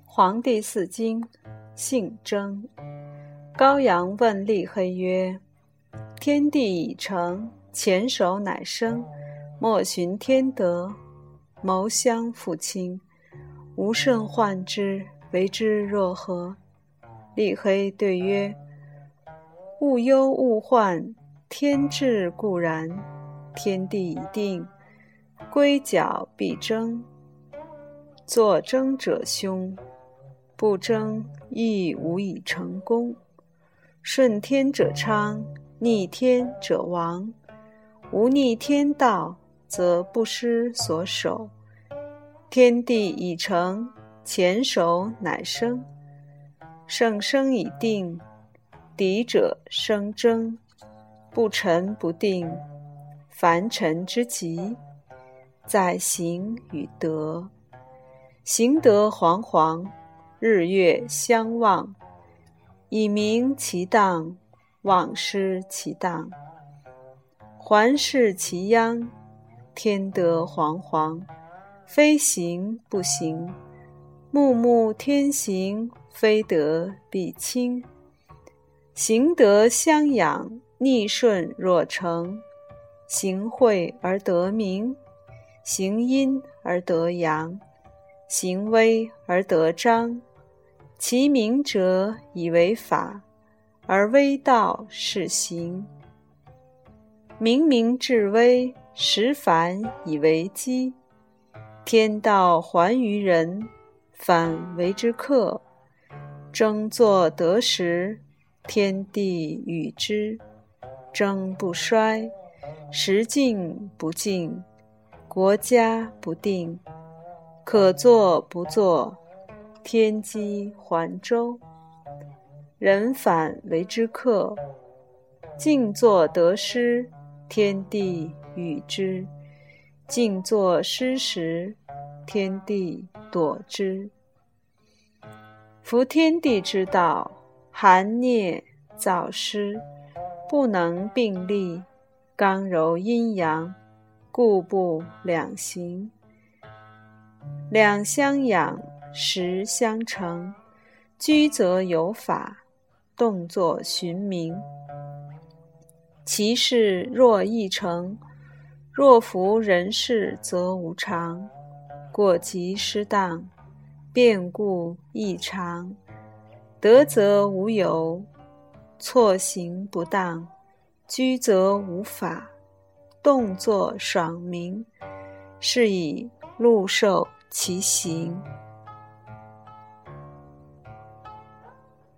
黄帝四经，姓征。高阳问立黑曰：天地已成，前手乃生，莫循天德，谋相复亲，吾甚患之，为之若何？立黑对曰：勿忧勿患，天志固然，天地已定，龟角必争。作争者凶，不争亦无以成功。顺天者昌，逆天者亡。无逆天道，则不失所守。天地已成，前手乃生。圣生已定，敌者生争。不臣不定，凡臣之极，在行与德。行德煌煌，日月相望，以明其当，忘失其当。环视其殃，天德煌煌，非行不行。穆穆天行，非德必亲。行德相养，逆顺若成。行惠而得名，行阴而得阳，行威而得彰。其明者以为法，而微道是行。明明至微，实反以为机。天道还于人，反为之克。争作得时，天地与之。争不衰，时进不进，国家不定。可作不作，天机还周。人反为之克，静坐得失，天地与之。静坐失时，天地堕之。夫天地之道，含孽造湿，不能并立，刚柔阴阳，故不两行。两相养，实相成。居则有法，动作循名。其事若易成，若服人事则无常。过急失当，变故异常。得则无有，错行不当。居则无法，动作爽明。是以禄受其行。